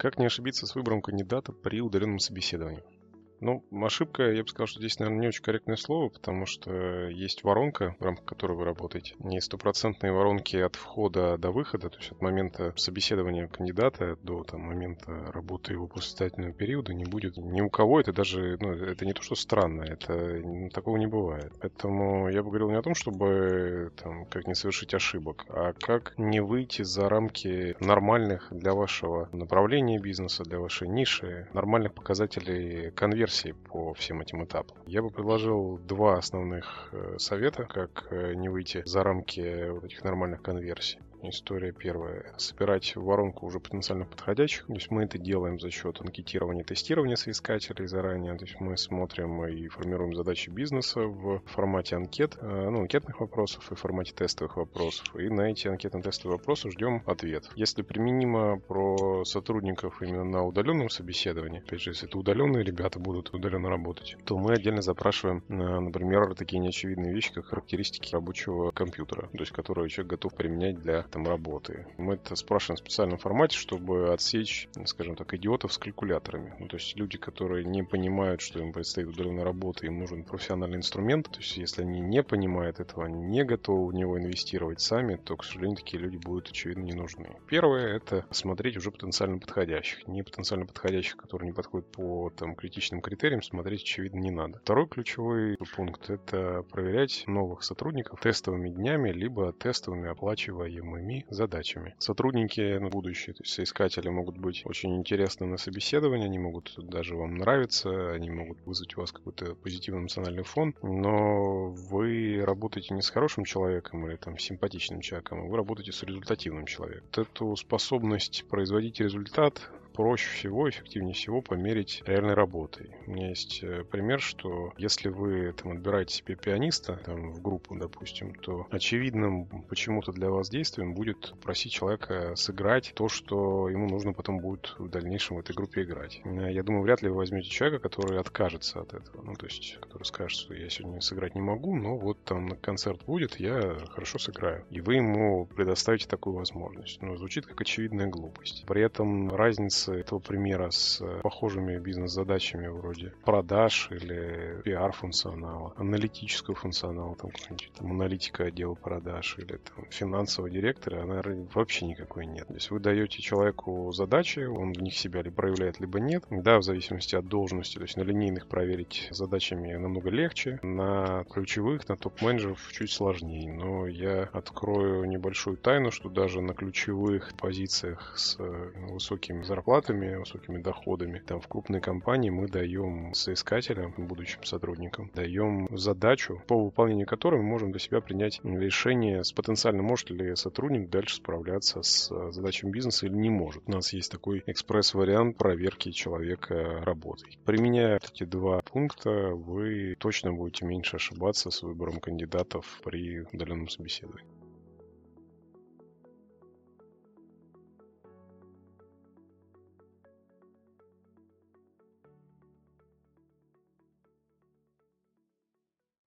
Как не ошибиться с выбором кандидата при удаленном собеседовании? Ну, ошибка, я бы сказал, что здесь, наверное, не очень корректное слово, потому что есть воронка, в рамках которой вы работаете. Не стопроцентные воронки от входа до выхода, то есть от момента собеседования кандидата до момента работы его после испытательного периода не будет ни у кого. Это даже, это не то, что странно, это такого не бывает. Поэтому я бы говорил не о том, чтобы как не совершить ошибок, а как не выйти за рамки нормальных для вашего направления бизнеса, для вашей ниши, нормальных показателей конверсии по всем этим этапам. Я бы предложил два основных совета, как не выйти за рамки вот этих нормальных конверсий. История первая. Собирать воронку уже потенциально подходящих. То есть мы это делаем за счет анкетирования и тестирования соискателей заранее. То есть мы смотрим и формируем задачи бизнеса в формате анкет, анкетных вопросов и в формате тестовых вопросов. И на эти анкетно-тестовые вопросы ждем ответ. Если применимо про сотрудников именно на удаленном собеседовании, опять же, если это удаленные ребята будут удаленно работать, то мы отдельно запрашиваем, например, такие неочевидные вещи, как характеристики рабочего компьютера, то есть которые человек готов применять для работы. Мы это спрашиваем в специальном формате, чтобы отсечь, скажем так, идиотов с калькуляторами. То есть люди, которые не понимают, что им предстоит удаленная работа, им нужен профессиональный инструмент. То есть если они не понимают этого, они не готовы в него инвестировать сами, то, к сожалению, такие люди будут, очевидно, не нужны. Первое — это смотреть уже потенциально подходящих. Не потенциально подходящих, которые не подходят по критичным критериям, смотреть, очевидно, не надо. Второй ключевой пункт — это проверять новых сотрудников тестовыми днями, либо тестовыми оплачиваемыми задачами. Сотрудники будущие, то есть соискатели, могут быть очень интересны на собеседовании, они могут даже вам нравиться, они могут вызвать у вас какой-то позитивный эмоциональный фон, но вы работаете не с хорошим человеком или симпатичным человеком, а вы работаете с результативным человеком. Вот эту способность производить результат проще всего, эффективнее всего померить реальной работой. У меня есть пример, что если вы отбираете себе пианиста в группу, допустим, то очевидным почему-то для вас действием будет просить человека сыграть то, что ему нужно потом будет в дальнейшем в этой группе играть. Я думаю, вряд ли вы возьмете человека, который откажется от этого. То есть, который скажет, что я сегодня сыграть не могу, но вот концерт будет, я хорошо сыграю. И вы ему предоставите такую возможность. Звучит как очевидная глупость. При этом разница этого примера с похожими бизнес-задачами вроде продаж или пиар-функционала, аналитического функционала, какой-нибудь аналитика отдела продаж или финансового директора, она вообще никакой нет. То есть вы даете человеку задачи, он в них себя ли проявляет, либо нет. Да, в зависимости от должности, то есть на линейных проверить задачами намного легче, на ключевых, на топ-менеджеров чуть сложнее. Но я открою небольшую тайну, что даже на ключевых позициях с высокими зарплатами, высокими доходами, в крупной компании мы даем соискателям, будущим сотрудникам, даем задачу, по выполнению которой мы можем для себя принять решение, потенциально может ли сотрудник дальше справляться с задачами бизнеса или не может. У нас есть такой экспресс-вариант проверки человека работой. Применяя эти два пункта, вы точно будете меньше ошибаться с выбором кандидатов при удаленном собеседовании.